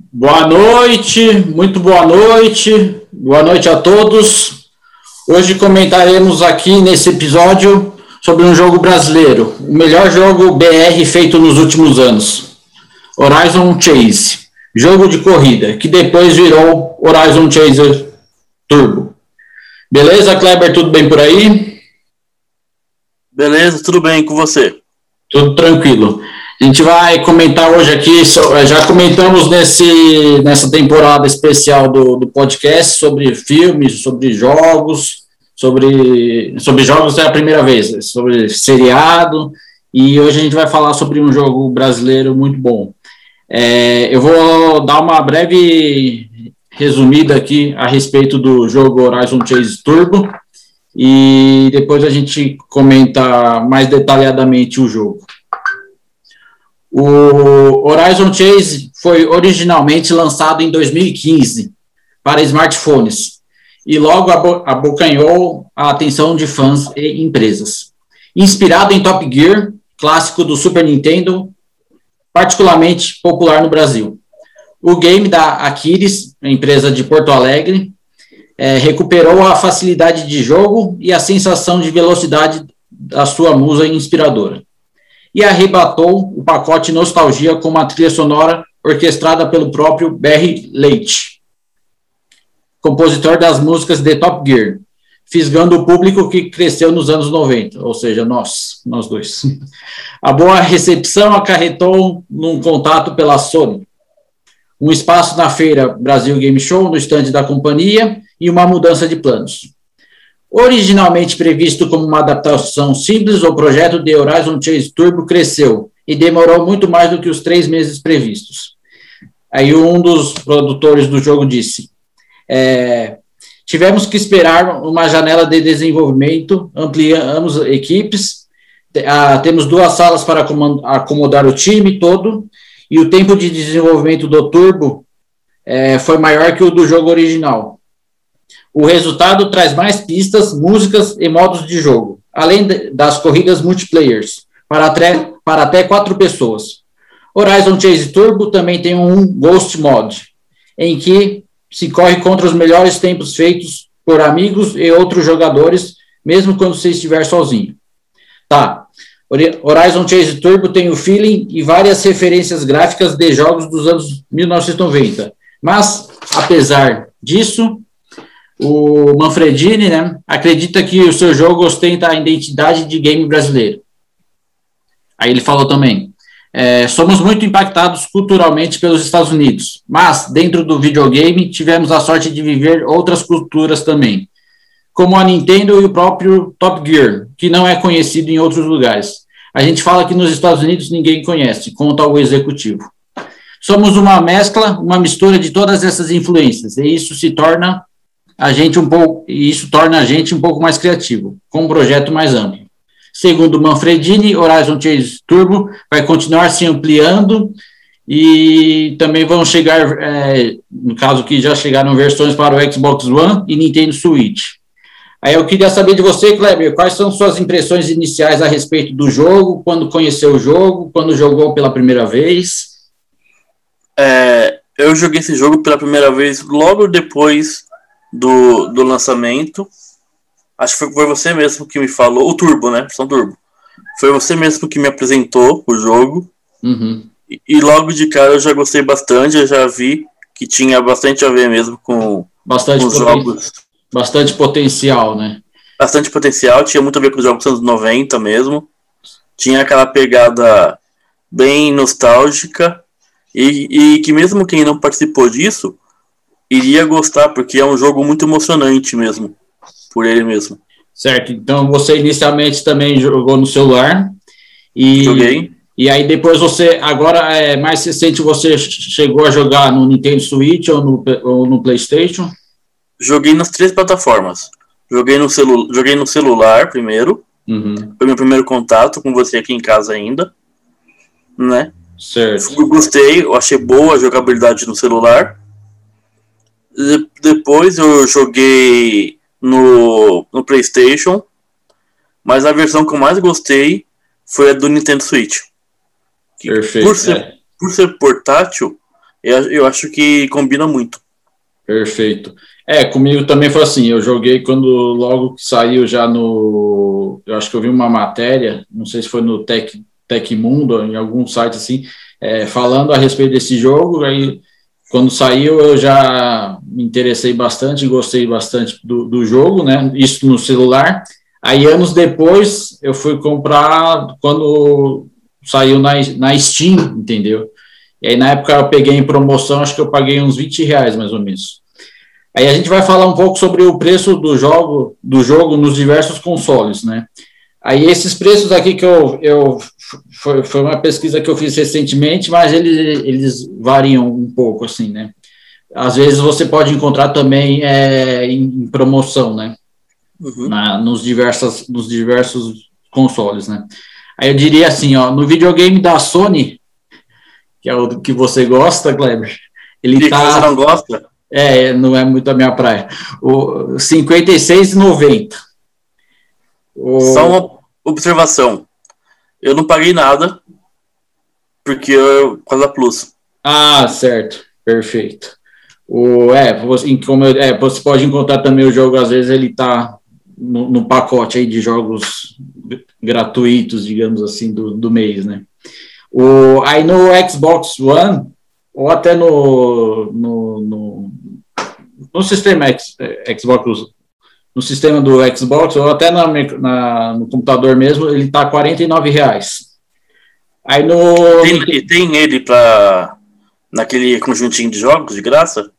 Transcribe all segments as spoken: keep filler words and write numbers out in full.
Boa noite, muito boa noite, boa noite a todos. Hoje comentaremos aqui nesse episódio sobre um jogo brasileiro, o melhor jogo B R feito nos últimos anos, Horizon Chase, jogo de corrida, que depois virou Horizon Chase Turbo. Beleza, Kleber, tudo bem por aí? Beleza, tudo bem com você? Tudo tranquilo. A gente vai comentar hoje aqui, já comentamos nesse, nessa temporada especial do, do podcast sobre filmes, sobre jogos, sobre, sobre jogos é a primeira vez, sobre seriado, e hoje a gente vai falar sobre um jogo brasileiro muito bom. É, eu vou dar uma breve resumida aqui a respeito do jogo Horizon Chase Turbo, e depois a gente comenta mais detalhadamente o jogo. O Horizon Chase foi originalmente lançado em dois mil e quinze para smartphones e logo abocanhou a atenção de fãs e empresas. Inspirado em Top Gear, clássico do Super Nintendo, particularmente popular no Brasil. O game da Aquiles, empresa de Porto Alegre, é, recuperou a facilidade de jogo e a sensação de velocidade da sua musa inspiradora. E arrebatou o pacote Nostalgia com uma trilha sonora orquestrada pelo próprio Barry Leitch, compositor das músicas de Top Gear, fisgando o público que cresceu nos anos noventa, ou seja, nós, nós dois. A boa recepção acarretou num contato pela Sony, um espaço na feira Brasil Game Show, no estande da companhia, e uma mudança de planos. Originalmente previsto como uma adaptação simples, o projeto de Horizon Chase Turbo cresceu e demorou muito mais do que os três meses previstos. Aí um dos produtores do jogo disse, é, tivemos que esperar uma janela de desenvolvimento, ampliamos equipes, a, temos duas salas para acomodar o time todo, e o tempo de desenvolvimento do Turbo é, foi maior que o do jogo original. O resultado traz mais pistas, músicas e modos de jogo, além de, das corridas multiplayers, para até, para até quatro pessoas. Horizon Chase Turbo também tem um Ghost Mod, em que se corre contra os melhores tempos feitos por amigos e outros jogadores, mesmo quando você estiver sozinho. Tá, Horizon Chase Turbo tem o feeling e várias referências gráficas de jogos dos anos mil novecentos e noventa, mas, apesar disso, o Manfredini, né, acredita que o seu jogo ostenta a identidade de game brasileiro. Aí ele falou também, é, somos muito impactados culturalmente pelos Estados Unidos, mas dentro do videogame tivemos a sorte de viver outras culturas também, como a Nintendo e o próprio Top Gear, que não é conhecido em outros lugares. A gente fala que nos Estados Unidos ninguém conhece, conta o executivo. Somos uma mescla, uma mistura de todas essas influências, e isso se torna a gente um pouco, e isso torna a gente um pouco mais criativo, com um projeto mais amplo. Segundo Manfredini, Horizon Chase Turbo vai continuar se ampliando e também vão chegar, é, no caso que já chegaram versões para o Xbox One e Nintendo Switch. Aí eu queria saber de você, Kleber, quais são suas impressões iniciais a respeito do jogo, quando conheceu o jogo, quando jogou pela primeira vez? É, eu joguei esse jogo pela primeira vez logo depois Do, do lançamento. Acho que foi, foi você mesmo que me falou. O Turbo, né? Versão Turbo. Foi você mesmo que me apresentou o jogo. Uhum. E, e logo de cara eu já gostei bastante. Eu já vi que tinha bastante a ver mesmo com, bastante com os poten- jogos. Bastante potencial, né? Bastante potencial. Tinha muito a ver com os jogos dos anos noventa mesmo. Tinha aquela pegada bem nostálgica. E, e que mesmo quem não participou disso iria gostar, porque é um jogo muito emocionante mesmo, por ele mesmo. Certo, então você inicialmente também jogou no celular. E, Joguei. E aí depois você, agora é mais recente, você chegou a jogar no Nintendo Switch ou no, ou no PlayStation? Joguei nas três plataformas. Joguei no, celu- joguei no celular primeiro. Uhum. Foi meu primeiro contato com você aqui em casa ainda. Né? Certo. Eu gostei, eu achei boa a jogabilidade no celular. Depois eu joguei no, no PlayStation, mas a versão que eu mais gostei foi a do Nintendo Switch. Que, Perfeito. por, ser, é. por ser portátil, Eu, eu acho que combina muito. Perfeito. É, comigo também foi assim, eu joguei quando logo que saiu já no, eu acho que eu vi uma matéria, não sei se foi no Tec, Tecmundo, em algum site assim, é, falando a respeito desse jogo, aí quando saiu eu já me interessei bastante, gostei bastante do, do jogo, né, isso no celular, aí anos depois eu fui comprar quando saiu na, na Steam, entendeu? E aí na época eu peguei em promoção, acho que eu paguei uns vinte reais mais ou menos. Aí a gente vai falar um pouco sobre o preço do jogo, do jogo nos diversos consoles, né? Aí esses preços aqui que eu, eu foi, foi uma pesquisa que eu fiz recentemente, mas eles, eles variam um pouco, assim, né? Às vezes você pode encontrar também é, em, em promoção, né? Uhum. Na, nos, diversas, nos diversos consoles, né? Aí eu diria assim, ó, no videogame da Sony, que é o que você gosta, Kleber, ele e tá... que você não gosta? É, não é muito a minha praia. O cinquenta e seis reais e noventa centavos. O... Só uma observação. Eu não paguei nada, porque eu, por causa da Plus. Ah, certo. Perfeito. O, é, você, como eu, é, você pode encontrar também o jogo, às vezes ele está no, no pacote aí de jogos gratuitos, digamos assim, do, do mês, né? O, aí no Xbox One, ou até no, no, no, no sistema X, Xbox, no sistema do Xbox, ou até na, na, no computador mesmo, ele está quarenta e nove reais. Aí no... Tem, tem ele para naquele conjuntinho de jogos de graça?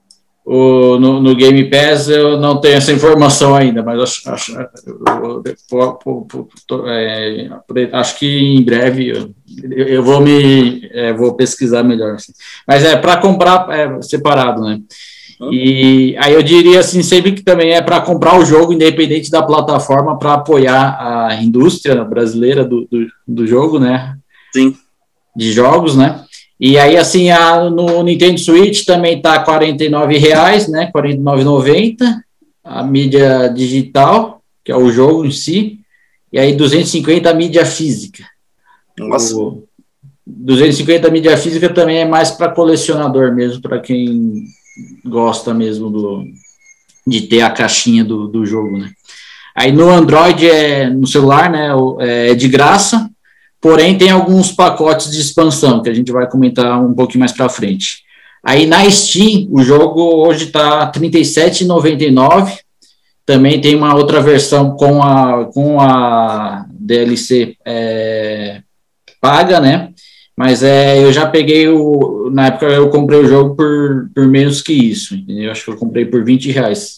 O, no, no Game Pass eu não tenho essa informação ainda, mas acho, acho, eu, eu, eu, é, acho que em breve eu, eu vou me é, vou pesquisar melhor. Assim. Mas é para comprar é, separado, né? Hum. E aí eu diria assim, sempre que também é para comprar o jogo, independente da plataforma, para apoiar a indústria brasileira do, do, do jogo, né? Sim. De jogos, né? E aí, assim, a, no Nintendo Switch também tá quarenta e nove reais, né? quarenta e nove reais e noventa centavos, a mídia digital, que é o jogo em si, e aí duzentos e cinquenta a mídia física. Nossa. O duzentos e cinquenta a mídia física também é mais para colecionador mesmo, para quem gosta mesmo do, de ter a caixinha do, do jogo, né? Aí no Android, é, no celular, né, é de graça, porém tem alguns pacotes de expansão, que a gente vai comentar um pouquinho mais para frente. Aí na Steam, o jogo hoje está trinta e sete reais e noventa e nove centavos, também tem uma outra versão com a, com a D L C é, paga, né? Mas é, eu já peguei o... Na época eu comprei o jogo por, por menos que isso, entendeu? Acho que eu comprei por vinte reais.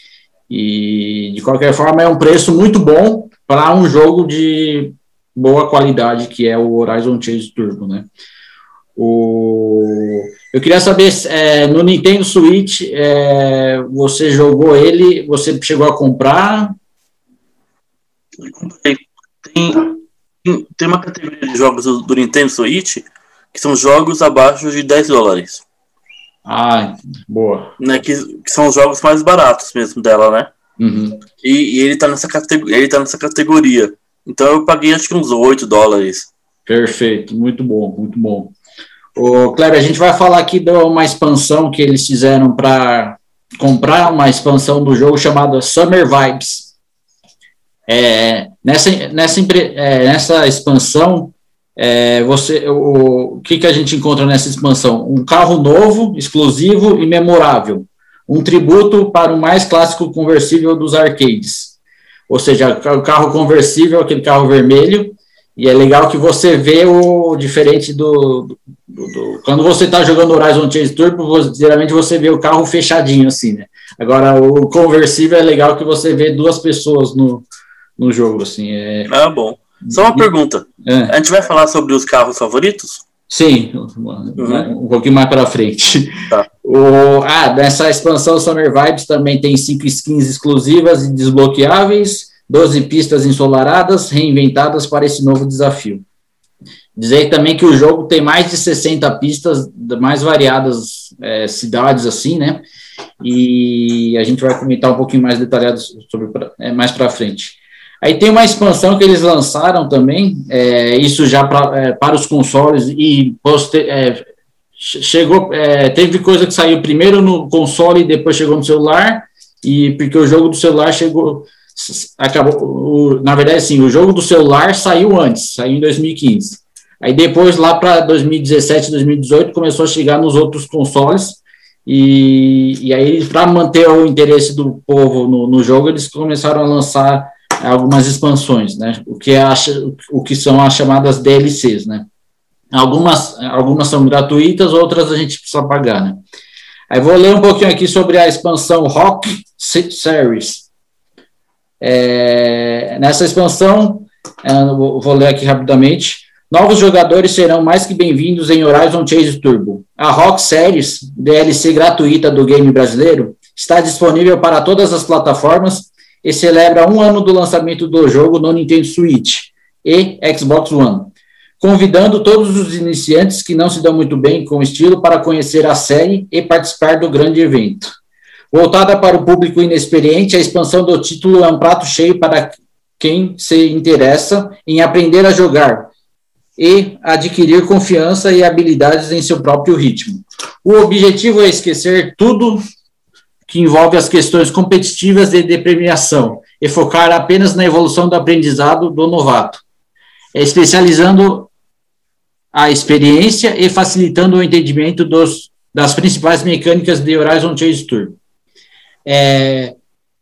E, de qualquer forma, é um preço muito bom para um jogo de boa qualidade, que é o Horizon Chase Turbo, né? O... Eu queria saber, é, no Nintendo Switch, é, você jogou ele, você chegou a comprar? Tem, tem, tem uma categoria de jogos do, do Nintendo Switch que são jogos abaixo de dez dólares. Ah, boa. Né, que, que são os jogos mais baratos mesmo dela, né? Uhum. E, e ele, tá nessa categoria, ele tá nessa categoria. Então eu paguei acho que uns oito dólares. Perfeito, muito bom, muito bom. Ô, Kleber, a gente vai falar aqui de uma expansão que eles fizeram para comprar uma expansão do jogo chamada Summer Vibes. É, nessa, nessa, é, nessa expansão, é, você, o, o que, que a gente encontra nessa expansão? Um carro novo, exclusivo e memorável. Um tributo para o mais clássico conversível dos arcades. Ou seja, o carro conversível, aquele carro vermelho, e é legal que você vê o diferente do... do, do quando você está jogando Horizon Chase Turbo, você, geralmente você vê o carro fechadinho assim, né? Agora, o conversível é legal que você vê duas pessoas no, no jogo, assim. É... Ah, bom. Só uma pergunta. É. A gente vai falar sobre os carros favoritos? Sim, uhum. Um pouquinho mais para frente. Tá. O, ah, nessa expansão Summer Vibes também tem cinco skins exclusivas e desbloqueáveis, doze pistas ensolaradas, reinventadas para esse novo desafio. Dizer também que o jogo tem mais de sessenta pistas, mais variadas é, cidades assim, né? E a gente vai comentar um pouquinho mais detalhado sobre é, mais para frente. Aí tem uma expansão que eles lançaram também, é, isso já pra, é, para os consoles, e poster, é, chegou, é, teve coisa que saiu primeiro no console e depois chegou no celular, e porque o jogo do celular chegou, acabou, o, na verdade, assim, o jogo do celular saiu antes, saiu em dois mil e quinze. Aí depois, lá para dois mil e dezessete, dois mil e dezoito, começou a chegar nos outros consoles, e, e aí, para manter o interesse do povo no, no jogo, eles começaram a lançar algumas expansões, né? O que, é a, o que são as chamadas D L Cs, né? Algumas, algumas são gratuitas, outras a gente precisa pagar, né? Aí vou ler um pouquinho aqui sobre a expansão Rock Series. É, nessa expansão, é, vou, vou ler aqui rapidamente. Novos jogadores serão mais que bem-vindos em Horizon Chase Turbo. A Rock Series, D L C gratuita do game brasileiro, está disponível para todas as plataformas e celebra um ano do lançamento do jogo no Nintendo Switch e Xbox One, convidando todos os iniciantes que não se dão muito bem com o estilo para conhecer a série e participar do grande evento. Voltada para o público inexperiente, a expansão do título é um prato cheio para quem se interessa em aprender a jogar e adquirir confiança e habilidades em seu próprio ritmo. O objetivo é esquecer tudo que envolve as questões competitivas e de premiação e focar apenas na evolução do aprendizado do novato, especializando a experiência e facilitando o entendimento dos, das principais mecânicas de Horizon Chase Turbo. É,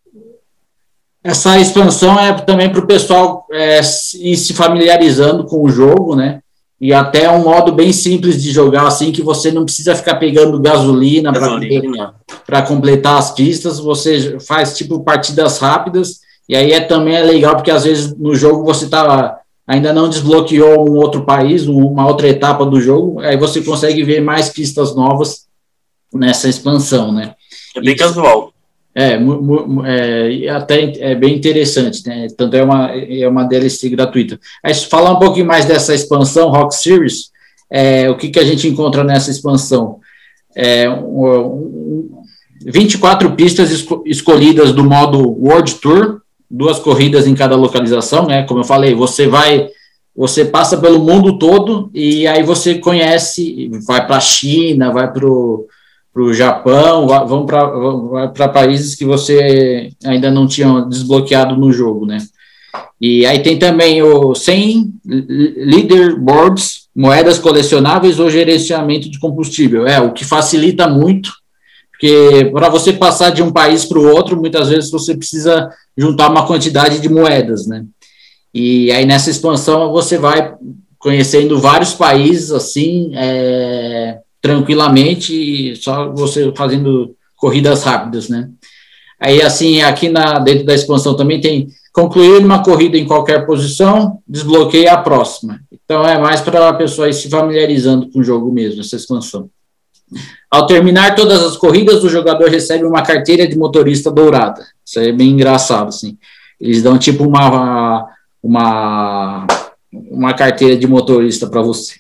essa expansão é também para o pessoal é, ir se familiarizando com o jogo, né? E até um modo bem simples de jogar, assim, que você não precisa ficar pegando gasolina, gasolina. para completar as pistas, você faz tipo partidas rápidas, e aí é, também é legal, porque às vezes no jogo você tá, ainda não desbloqueou um outro país, uma outra etapa do jogo, aí você consegue ver mais pistas novas nessa expansão, né? É bem e, casual. É, é, até é bem interessante, né? Tanto é uma, é uma D L C gratuita. Aí, falar um pouquinho mais dessa expansão, Rock Series, é, o que, que a gente encontra nessa expansão? É, um, vinte e quatro pistas esco, escolhidas do modo World Tour, duas corridas em cada localização, né? Como eu falei, você vai, você passa pelo mundo todo e aí você conhece, vai para a China, vai para o para o Japão, vão para países que você ainda não tinha desbloqueado no jogo, né? E aí tem também o cem leaderboards, moedas colecionáveis ou gerenciamento de combustível, é o que facilita muito, porque para você passar de um país para o outro, muitas vezes você precisa juntar uma quantidade de moedas, né? E aí nessa expansão você vai conhecendo vários países, assim, é... tranquilamente, só você fazendo corridas rápidas, né? Aí, assim, aqui na, dentro da expansão também tem concluir uma corrida em qualquer posição, desbloqueia a próxima. Então, é mais para a pessoa ir se familiarizando com o jogo mesmo, essa expansão. Ao terminar todas as corridas, o jogador recebe uma carteira de motorista dourada. Isso aí é bem engraçado, assim. Eles dão, tipo, uma, uma, uma carteira de motorista para você.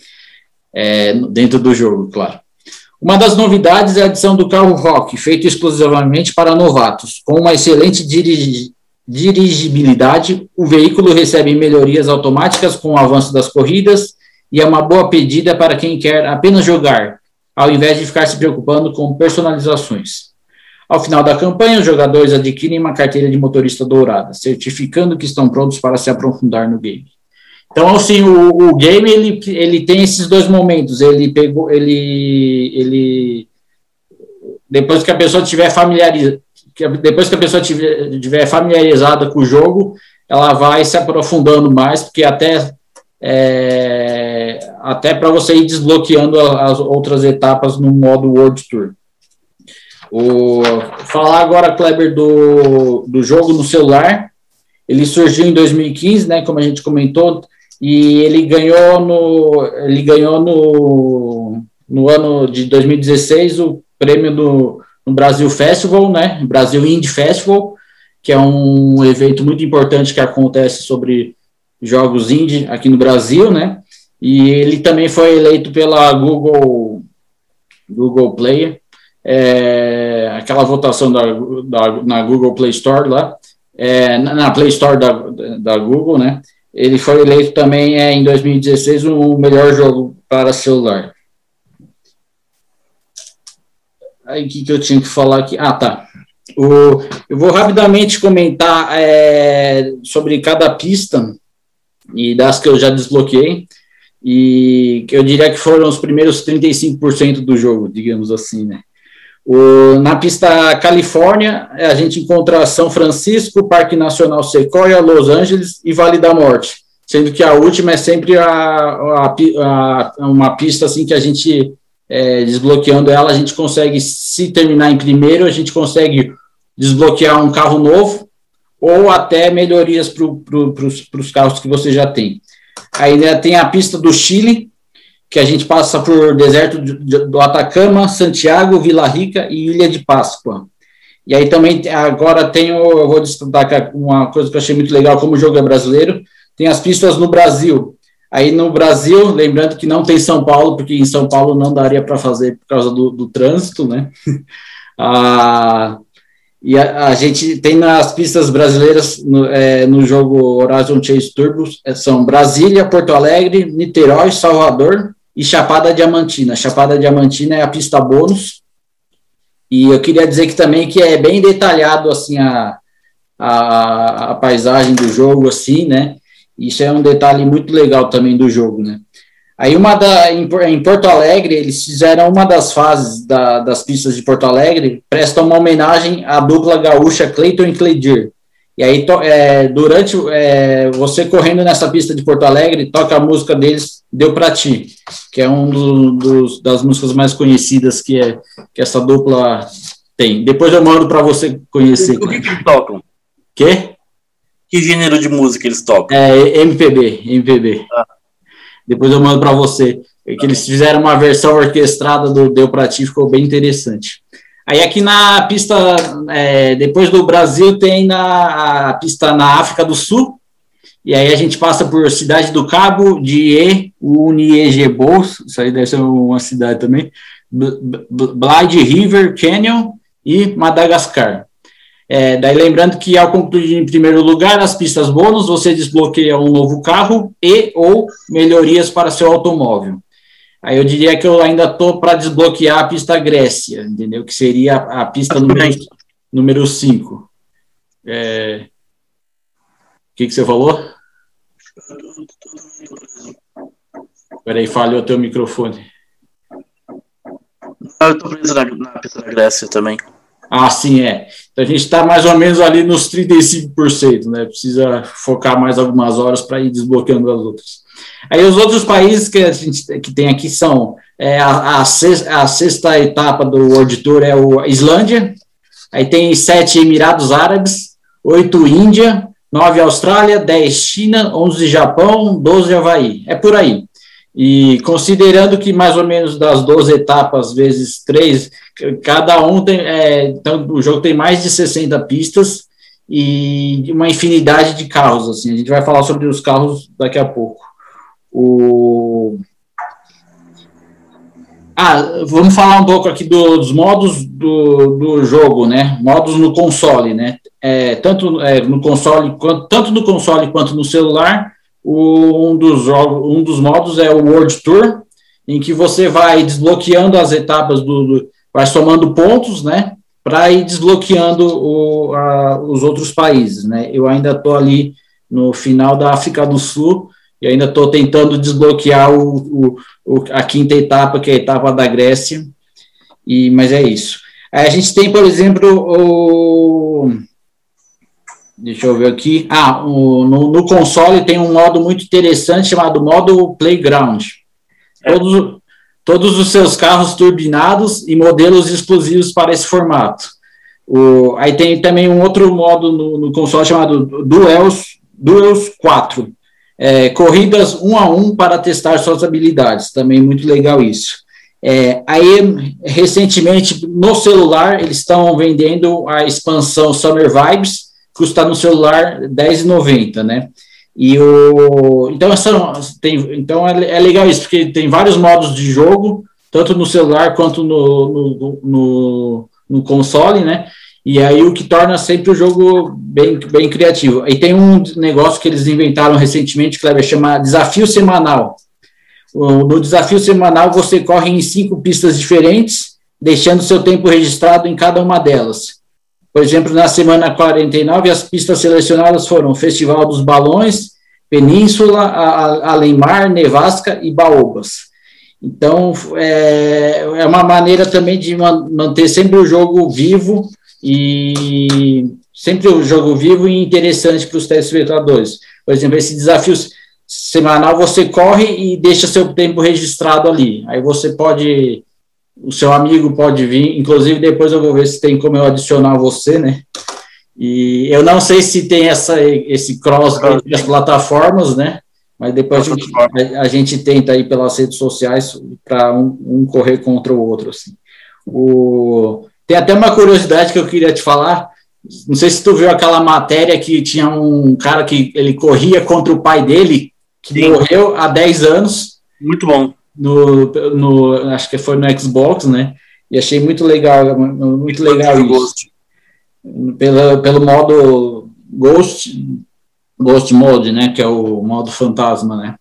É, dentro do jogo, claro. Uma das novidades é a adição do carro Rock, feito exclusivamente para novatos. Com uma excelente dirigi- dirigibilidade, o veículo recebe melhorias automáticas com o avanço das corridas e é uma boa pedida para quem quer apenas jogar, ao invés de ficar se preocupando com personalizações. Ao final da campanha, os jogadores adquirem uma carteira de motorista dourada, certificando que estão prontos para se aprofundar no game. Então, assim, o, o game, ele, ele tem esses dois momentos. Ele pegou, ele, ele depois que a pessoa tiver familiarizada, depois que a pessoa tiver, tiver familiarizada com o jogo, ela vai se aprofundando mais, porque até, é, até para você ir desbloqueando as outras etapas no modo World Tour. O, falar agora, Kleber, do, do jogo no celular. Ele surgiu em dois mil e quinze, né, como a gente comentou, e ele ganhou no, ele ganhou no, no ano de dois mil e dezesseis o prêmio do no Brasil Festival, né, Brasil Indie Festival, que é um evento muito importante que acontece sobre jogos indie aqui no Brasil, né, e ele também foi eleito pela Google, Google Play, é, aquela votação da, da, na Google Play Store lá, é, na Play Store da, da Google, né, ele foi eleito também é, em dois mil e dezesseis o melhor jogo para celular. aí que, que eu tinha que falar aqui? Ah, tá. O, eu vou rapidamente comentar é, sobre cada pista e das que eu já desbloqueei, e que eu diria que foram os primeiros trinta e cinco por cento do jogo, digamos assim, né? O, na pista Califórnia, a gente encontra São Francisco, Parque Nacional Sequoia, Los Angeles e Vale da Morte, sendo que a última é sempre a, a, a, uma pista assim que a gente, é, desbloqueando ela, a gente consegue, se terminar em primeiro, a gente consegue desbloquear um carro novo ou até melhorias para pro, os carros que você já tem. Aí, né, tem a pista do Chile, que a gente passa por deserto do Atacama, Santiago, Vila Rica e Ilha de Páscoa. E aí também, agora tem, eu vou destacar uma coisa que eu achei muito legal, como o jogo é brasileiro, tem as pistas no Brasil. Aí no Brasil, lembrando que não tem São Paulo, porque em São Paulo não daria para fazer por causa do, do trânsito, né? Ah, e a, a gente tem nas pistas brasileiras, no, é, no jogo Horizon Chase Turbo, são Brasília, Porto Alegre, Niterói, Salvador e Chapada Diamantina. Chapada Diamantina é a pista bônus, e eu queria dizer que também que é bem detalhado, assim, a, a, a paisagem do jogo, assim, né, isso é um detalhe muito legal também do jogo, né. Aí uma da, em, em Porto Alegre, eles fizeram uma das fases da, das pistas de Porto Alegre, presta uma homenagem à dupla gaúcha Clayton e Claydir. E aí, to, é, durante é, você correndo nessa pista de Porto Alegre, toca a música deles, Deu Pra Ti, que é um do, dos, das músicas mais conhecidas que, é, que essa dupla tem. Depois eu mando para você conhecer. O que, que eles tocam? Quê? Que gênero de música eles tocam? É M P B, M P B. Ah. Depois eu mando para você. É que eles fizeram uma versão orquestrada do Deu Pra Ti, ficou bem interessante. Aí aqui na pista, é, depois do Brasil, tem na, a pista na África do Sul, e aí a gente passa por Cidade do Cabo, Die, Uniegebo, isso aí deve ser uma cidade também, Blyde River, Canyon e Madagascar. É, daí lembrando que ao concluir em primeiro lugar as pistas bônus, você desbloqueia um novo carro e ou melhorias para seu automóvel. Aí eu diria que eu ainda estou para desbloquear a pista Grécia, entendeu? Que seria a, a pista número, número cinco. É... O que, que você falou? Espera aí, falhou o teu microfone. Eu estou preso na, na pista da Grécia também. Ah, sim, é. Então a gente está mais ou menos ali nos trinta e cinco por cento, né? Precisa focar mais algumas horas para ir desbloqueando as outras. Aí os outros países que a gente que tem aqui são é, a, a, sexta, a sexta etapa do World Tour é a Islândia, aí tem sete Emirados Árabes, oito Índia, nove Austrália, dez China, onze Japão, doze Havaí, é por aí. E considerando que mais ou menos das doze etapas vezes três, cada um tem, é, então o jogo tem mais de sessenta pistas e uma infinidade de carros, assim, a gente vai falar sobre os carros daqui a pouco. O... Ah, vamos falar um pouco aqui do, dos modos do, do jogo, né? Modos no console, né? É, tanto é, no console, quanto, tanto no console quanto no celular, o, um, dos jogos, um dos modos é o World Tour, em que você vai desbloqueando as etapas do, do vai somando pontos, né? Para ir desbloqueando o, a, os outros países, né? Eu ainda estou ali no final da África do Sul. E ainda estou tentando desbloquear o, o, o, a quinta etapa, que é a etapa da Grécia, e, mas é isso. Aí a gente tem, por exemplo, o... Deixa eu ver aqui. Ah, o, no, no console tem um modo muito interessante chamado modo Playground. Todos, todos os seus carros turbinados e modelos exclusivos para esse formato. O, aí tem também um outro modo no, no console chamado Duels, Duels quatro. É, corridas um a um para testar suas habilidades, também muito legal isso. É, aí, recentemente, no celular, eles estão vendendo a expansão Summer Vibes, custa no celular dez reais e noventa centavos, né? E o, então, essa, tem, então é, é legal isso, porque tem vários modos de jogo, tanto no celular quanto no, no, no, no console, né? E aí o que torna sempre o jogo bem, bem criativo. E tem um negócio que eles inventaram recentemente, que vai chamar desafio semanal. No desafio semanal você corre em cinco pistas diferentes deixando seu tempo registrado em cada uma delas. Por exemplo, na semana quarenta e nove, as pistas selecionadas foram Festival dos Balões, Península, Além-Mar, Nevasca e Baobas. Então, é, é uma maneira também de manter sempre o jogo vivo e sempre o jogo vivo e interessante para os telespectadores. Por exemplo, esse desafio semanal você corre e deixa seu tempo registrado ali. Aí você pode, o seu amigo pode vir, inclusive depois eu vou ver se tem como eu adicionar você, né? E eu não sei se tem essa, esse cross entre as plataformas, né? Mas depois a gente, a, a gente tenta aí pelas redes sociais para um, um correr contra o outro, assim. O, tem até uma curiosidade que eu queria te falar. Não sei se tu viu aquela matéria que tinha um cara que ele corria contra o pai dele, que Sim. morreu há dez anos. Muito bom. No, no, acho que foi no Xbox, né? E achei muito legal, muito legal isso. Ghost. Pela, pelo modo Ghost, Ghost Mode, né? Que é o modo fantasma, né?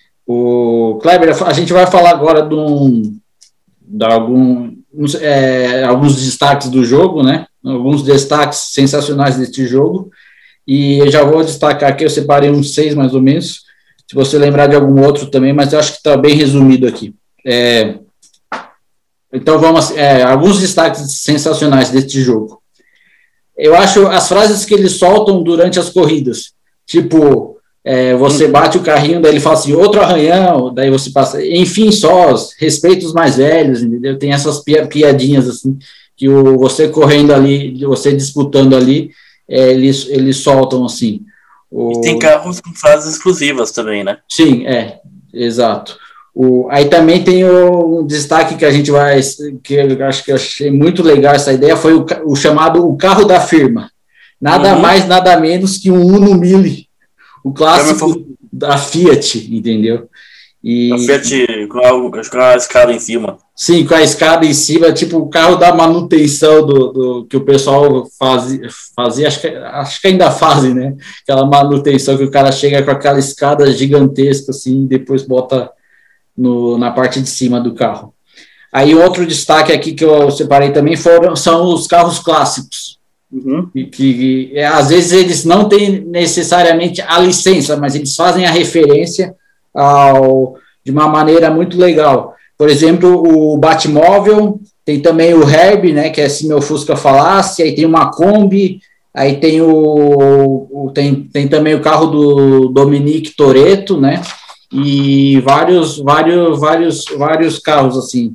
O Kleber, a gente vai falar agora de, um, de algum, é, alguns destaques do jogo, né? Alguns destaques sensacionais deste jogo. E eu já vou destacar aqui, eu separei uns seis mais ou menos. Se você lembrar de algum outro também, mas eu acho que está bem resumido aqui. É, então vamos, é, alguns destaques sensacionais deste jogo. Eu acho as frases que eles soltam durante as corridas, tipo, é, você bate o carrinho, daí ele fala assim, outro arranhão, daí você passa, enfim, sós, respeita os mais velhos, entendeu? Tem essas piadinhas, assim, que o, você correndo ali, você disputando ali, é, eles, eles soltam, assim. O... E tem carros com frases exclusivas também, né? Sim, é, exato. O, aí também tem o, um destaque que a gente vai, que eu acho que eu achei muito legal essa ideia, foi o, o chamado o carro da firma. Nada uhum. mais, nada menos que um Uno Mille, o clássico da Fiat, entendeu? E, a Fiat com a, com a escada em cima. Sim, com a escada em cima, tipo o carro da manutenção do, do que o pessoal fazia, fazia acho, que, acho que ainda fazem, né? Aquela manutenção que o cara chega com aquela escada gigantesca, assim, e depois bota no, na parte de cima do carro. Aí outro destaque aqui que eu separei também foram, são os carros clássicos. Uhum. Que, que é, às vezes eles não têm necessariamente a licença, mas eles fazem a referência ao, de uma maneira muito legal. Por exemplo, o Batmóvel, tem também o Herb, né, que é Se Meu Fusca Falasse, aí tem uma Kombi, aí tem, o, o, tem, tem também o carro do Dominique Toretto, né, e vários, vários, vários, vários carros, assim,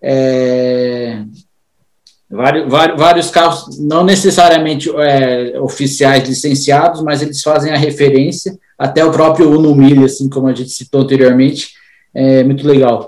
é, vários, vários, vários carros, não necessariamente é, oficiais licenciados, mas eles fazem a referência, até o próprio Uno Mille, assim como a gente citou anteriormente, é muito legal.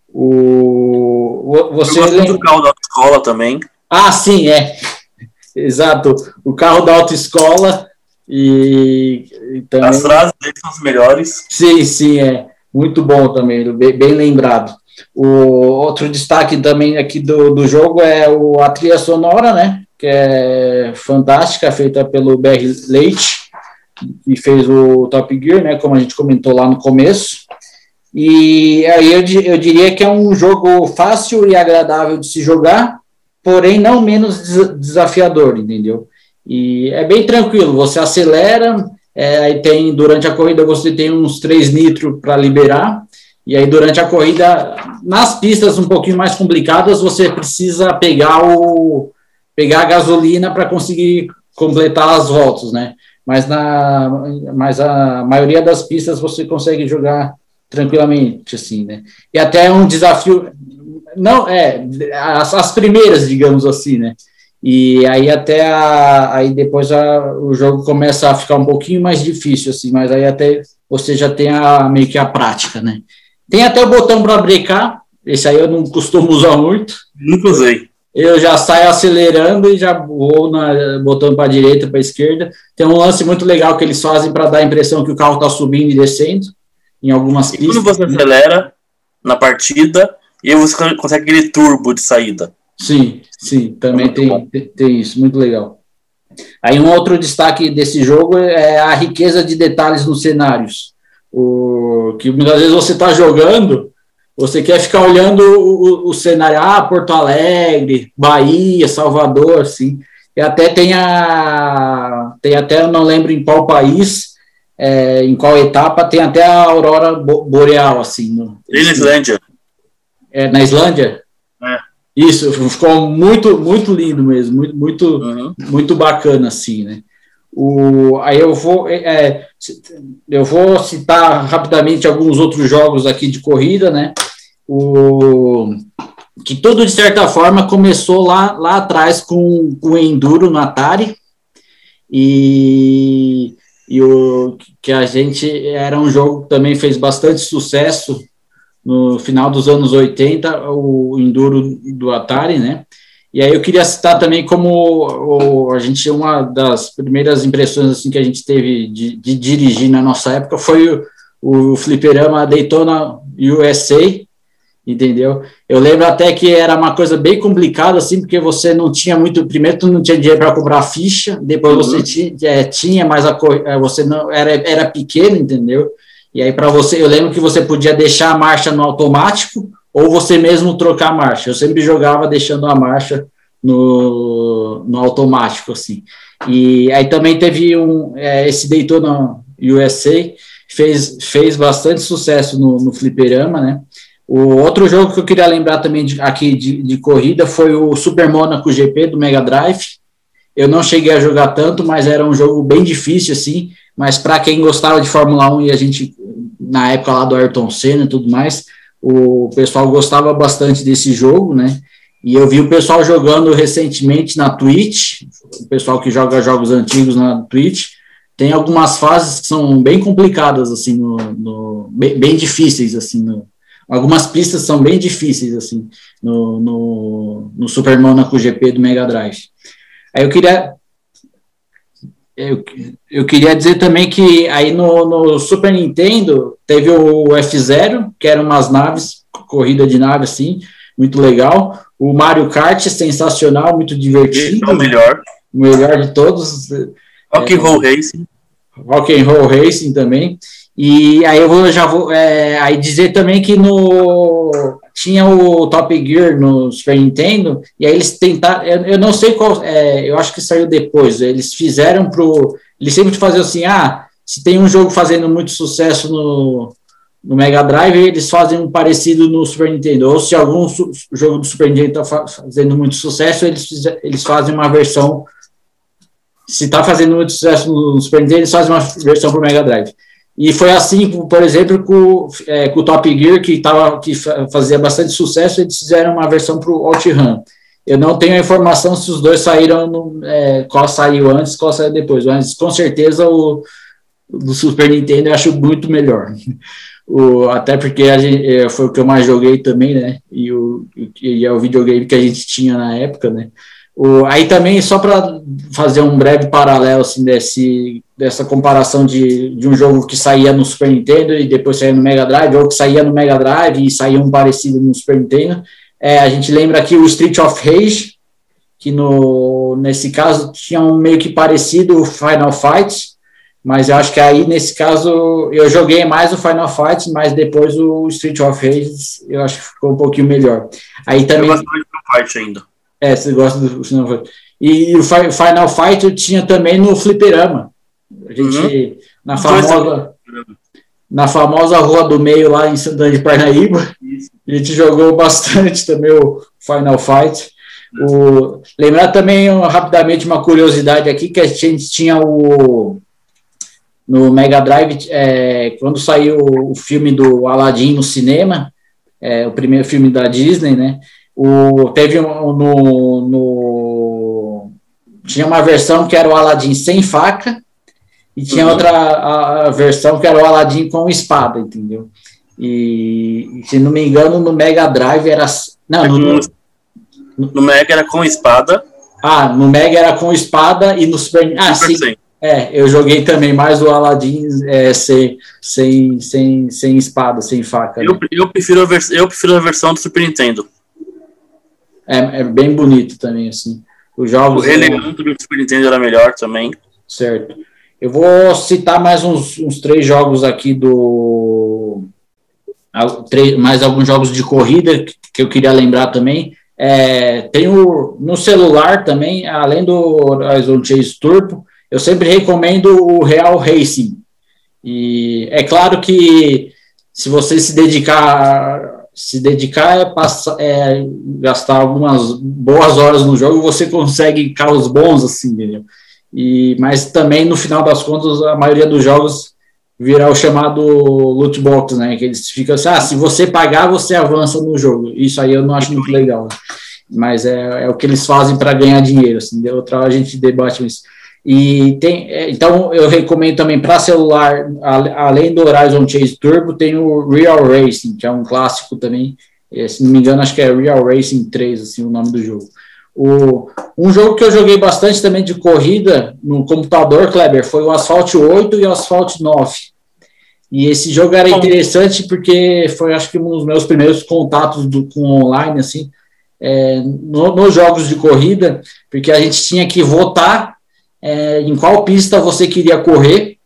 O, você Eu gosto muito do carro da autoescola também. Ah, sim, é. Exato. O carro da autoescola e, e também... As frases dele são as melhores. Sim, sim, é. Muito bom também, bem, bem lembrado. O outro destaque também aqui do, do jogo é o, a trilha sonora, né? Que é fantástica, feita pelo Barry Leitch, que fez o Top Gear, né? Como a gente comentou lá no começo. E aí eu, eu diria que é um jogo fácil e agradável de se jogar, porém não menos desafiador, entendeu? E é bem tranquilo, você acelera, é, aí tem, durante a corrida você tem uns três nitros para liberar, e aí durante a corrida, nas pistas um pouquinho mais complicadas, você precisa pegar, o, pegar a gasolina para conseguir completar as voltas, né? Mas, na, mas a maioria das pistas você consegue jogar tranquilamente, assim, né? E até um desafio, não, é, as, as primeiras, digamos assim, né? E aí até, a, aí depois a, o jogo começa a ficar um pouquinho mais difícil, assim, mas aí até você já tem a, meio que a prática, né? Tem até o botão para brecar, esse aí eu não costumo usar muito. Nunca usei. Eu já saio acelerando e já vou na, botando para a direita, para a esquerda. Tem um lance muito legal que eles fazem para dar a impressão que o carro está subindo e descendo em algumas e pistas. Quando você acelera na partida, e você consegue aquele turbo de saída. Sim, sim, também é tem, tem, tem isso, muito legal. Aí um outro destaque desse jogo é a riqueza de detalhes nos cenários. O, que muitas vezes você está jogando você quer ficar olhando o, o, o cenário, ah, Porto Alegre, Bahia, Salvador, assim, e até tem a, tem até, eu não lembro em qual país, é, em qual etapa, tem até a aurora boreal, assim. No, e na Islândia. É, na Islândia? É. Isso, ficou muito, muito lindo mesmo, muito, muito, uhum. muito bacana, assim, né? O, aí eu vou, é, eu vou citar rapidamente alguns outros jogos aqui de corrida, né? O, que tudo, de certa forma, começou lá, lá atrás com, com o Enduro no Atari, e, e o que a gente, era um jogo que também fez bastante sucesso no final dos anos oitenta, o Enduro do Atari, né? E aí eu queria citar também como o, a gente, uma das primeiras impressões assim, que a gente teve de, de dirigir na nossa época foi o, o fliperama Daytona U S A, entendeu? Eu lembro até que era uma coisa bem complicada, assim, porque você não tinha muito, primeiro tu não tinha dinheiro para comprar ficha, depois uhum. você tinha, é, tinha, mas a, você não, era, era pequeno, entendeu? E aí para você, eu lembro que você podia deixar a marcha no automático, ou você mesmo trocar a marcha. Eu sempre jogava deixando a marcha no, no automático, assim. E aí também teve um, é, esse Daytona U S A, fez, fez bastante sucesso no, no fliperama, né? O outro jogo que eu queria lembrar também de, aqui de, de corrida foi o Super Monaco G P do Mega Drive. Eu não cheguei a jogar tanto, mas era um jogo bem difícil, assim, mas para quem gostava de Fórmula um, e a gente, na época lá do Ayrton Senna e tudo mais, o pessoal gostava bastante desse jogo, né? E eu vi o pessoal jogando recentemente na Twitch, o pessoal que joga jogos antigos na Twitch, tem algumas fases que são bem complicadas, assim, no, no, bem, bem difíceis, assim, no, algumas pistas são bem difíceis, assim, no, no, no Super Monaco G P do Mega Drive. Aí eu queria... Eu, eu queria dizer também que aí no, no Super Nintendo teve o F zero, que eram umas naves, corrida de nave, assim, muito legal. O Mario Kart, sensacional, muito divertido. É o melhor. O melhor de todos. Rock'n'Roll é, Racing. Rock'n'Roll Racing também. E aí eu vou, já vou é, aí dizer também que no tinha o Top Gear no Super Nintendo, e aí eles tentaram, eu, eu não sei qual, é, eu acho que saiu depois, eles fizeram pro, eles sempre faziam assim, ah, se tem um jogo fazendo muito sucesso no, no Mega Drive, eles fazem um parecido no Super Nintendo, ou se algum su, jogo do Super Nintendo está fazendo muito sucesso, eles, eles fazem uma versão, se está fazendo muito sucesso no Super Nintendo, eles fazem uma versão para o Mega Drive. E foi assim, por exemplo, com, é, com o Top Gear, que, tava, que fazia bastante sucesso, eles fizeram uma versão para o OutRun. Eu não tenho a informação se os dois saíram, no, é, qual saiu antes, qual saiu depois, mas com certeza o do Super Nintendo eu acho muito melhor. O, até porque a gente, foi o que eu mais joguei também, né? E, o, e é o videogame que a gente tinha na época, né? O, aí também, só para fazer um breve paralelo assim, desse, dessa comparação de, de um jogo que saía no Super Nintendo e depois saía no Mega Drive, ou que saía no Mega Drive e saía um parecido no Super Nintendo, é, a gente lembra aqui o Street of Rage, que no, nesse caso tinha um meio que parecido o Final Fight, mas eu acho que aí nesse caso eu joguei mais o Final Fight, mas depois o Street of Rage eu acho que ficou um pouquinho melhor. Aí também... Eu gosto do Final Fight ainda. É, você gosta do Final Fight. E o Final Fight eu tinha também no fliperama. A gente, uhum. na famosa na famosa Rua do Meio, lá em Santana de Parnaíba, isso. A gente jogou bastante também o Final Fight. O, lembrar também rapidamente uma curiosidade aqui, que a gente tinha o no Mega Drive, é, quando saiu o filme do Aladdin no cinema, é, o primeiro filme da Disney, né? O, teve um, no, no tinha uma versão que era o Aladdin sem faca e tinha uhum. outra a, a versão que era o Aladdin com espada, entendeu? E se não me engano no Mega Drive era não, é no, no, no Mega era com espada. Ah, no Mega era com espada e no Super ah sim, sim. É, eu joguei também mais o Aladdin é, sem, sem, sem, sem espada, sem faca. Eu, né? eu, prefiro a vers- eu prefiro a versão do Super Nintendo. É, é bem bonito também, assim. Os jogos... O Rei Leão do Super Nintendo era melhor também. Certo. Eu vou citar mais uns, uns três jogos aqui do... mais alguns jogos de corrida que eu queria lembrar também. É, tem o, no celular também, além do Horizon Chase Turbo, eu sempre recomendo o Real Racing. E é claro que se você se dedicar, se dedicar é, passar, é gastar algumas boas horas no jogo, você consegue carros bons, assim, entendeu? E, mas também, no final das contas, a maioria dos jogos vira o chamado loot box, né? Que eles ficam assim, ah, se você pagar, você avança no jogo. Isso aí eu não acho muito legal, né? Mas é, é o que eles fazem para ganhar dinheiro, assim. Outra hora a gente debate isso. E tem, então eu recomendo também para celular, além do Horizon Chase Turbo, tem o Real Racing, que é um clássico também. Se não me engano, acho que é Real Racing três, assim, o nome do jogo. O, um jogo que eu joguei bastante também de corrida no computador, Kleber, foi o Asphalt oito e o Asphalt nove. E esse jogo era interessante porque foi, acho que, um dos meus primeiros contatos do, com online, assim, é, no, nos jogos de corrida, porque a gente tinha que votar é, em qual pista você queria correr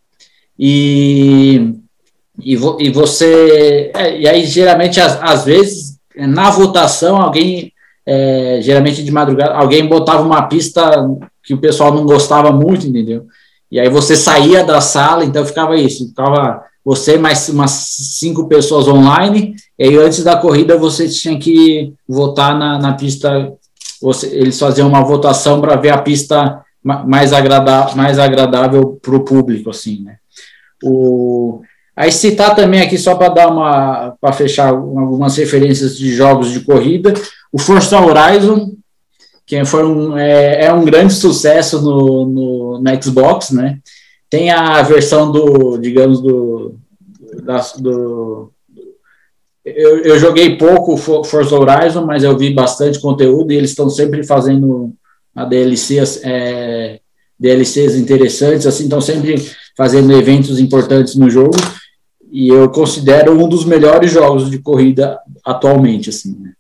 e, e, vo, e você... É, e aí, geralmente, às, às vezes, na votação, alguém... É, geralmente de madrugada, alguém botava uma pista que o pessoal não gostava muito, entendeu? E aí você saía da sala, então ficava isso, ficava você mais umas cinco pessoas online, e aí antes da corrida você tinha que votar na, na pista, você, eles faziam uma votação para ver a pista mais, agrada, mais agradável para o público, assim, né? O... Aí citar também aqui, só para dar uma, para fechar algumas referências de jogos de corrida, o Forza Horizon, que foi um, é, é um grande sucesso no, no, no Xbox, né? Tem a versão do, digamos, do... Da, do eu, eu joguei pouco Forza Horizon, mas eu vi bastante conteúdo e eles estão sempre fazendo a D L C, é, D L Cs interessantes, assim, estão sempre fazendo eventos importantes no jogo. E eu considero um dos melhores jogos de corrida atualmente, assim, né?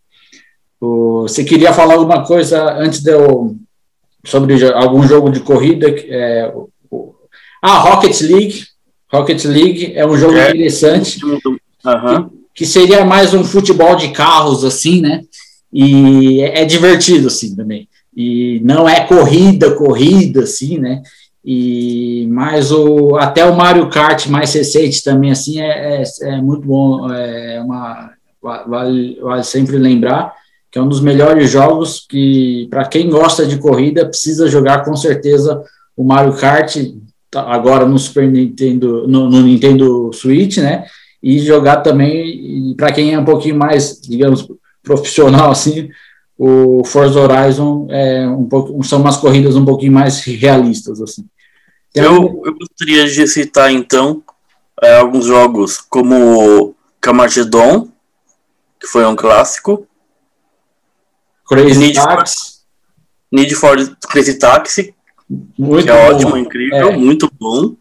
O, você queria falar alguma coisa antes de eu, sobre algum jogo de corrida? É, o, ah, Rocket League. Rocket League é um jogo é, interessante, uhum. que, que seria mais um futebol de carros, assim, né? E é, é divertido, assim, também. E não é corrida, corrida, assim, né? E mais o até o Mario Kart mais recente também, assim, é, é, é muito bom, é uma, vale, vale sempre lembrar que é um dos melhores jogos que, para quem gosta de corrida, precisa jogar com certeza o Mario Kart, agora no Super Nintendo, no, no Nintendo Switch, né? E jogar também, para quem é um pouquinho mais, digamos, profissional, assim, o Forza Horizon é um pouco, são umas corridas um pouquinho mais realistas, assim. Eu, eu gostaria de citar, então, é, alguns jogos como Carmageddon, que foi um clássico. Crazy Need Taxi. For, Need for Crazy Taxi, muito que é bom. ótimo, incrível, é. muito bom.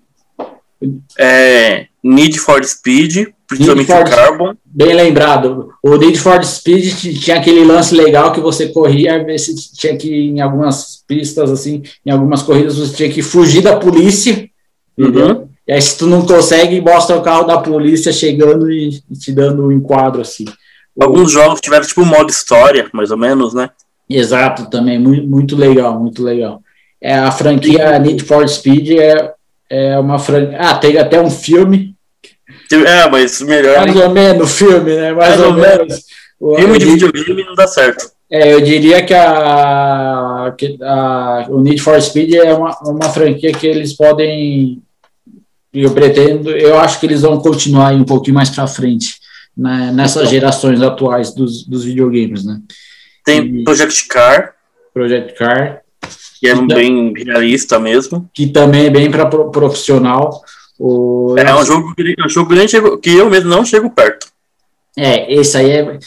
É, Need for Speed, principalmente for, o Carbon. Bem lembrado. O Need for Speed tinha aquele lance legal que você corria, você tinha que, em algumas pistas, assim, em algumas corridas, você tinha que fugir da polícia, entendeu? Uhum. E aí, se tu não consegue, mostra o carro da polícia chegando e, e te dando um enquadro, assim. Alguns o... jogos tiveram, tipo, modo história, mais ou menos, né? Exato, também. Muito, muito legal, muito legal. É, a franquia Sim. Need for Speed é, é uma franquia... Ah, tem até um filme. É, mas melhor... Mais ou menos filme, né? Mais, Mais ou, ou menos. menos. Filme de videogame não dá certo. É, eu diria que, a, que a, o Need for Speed é uma, uma franquia que eles podem... Eu pretendo... Eu acho que eles vão continuar um pouquinho mais para frente, né, nessas então, gerações atuais dos, dos videogames, né? Tem e, Project Car. Project Car. Que é que bem realista mesmo. Que também é bem para profissional. O, é um jogo, que, um jogo que, nem chego, que eu mesmo não chego perto. É, esse aí é...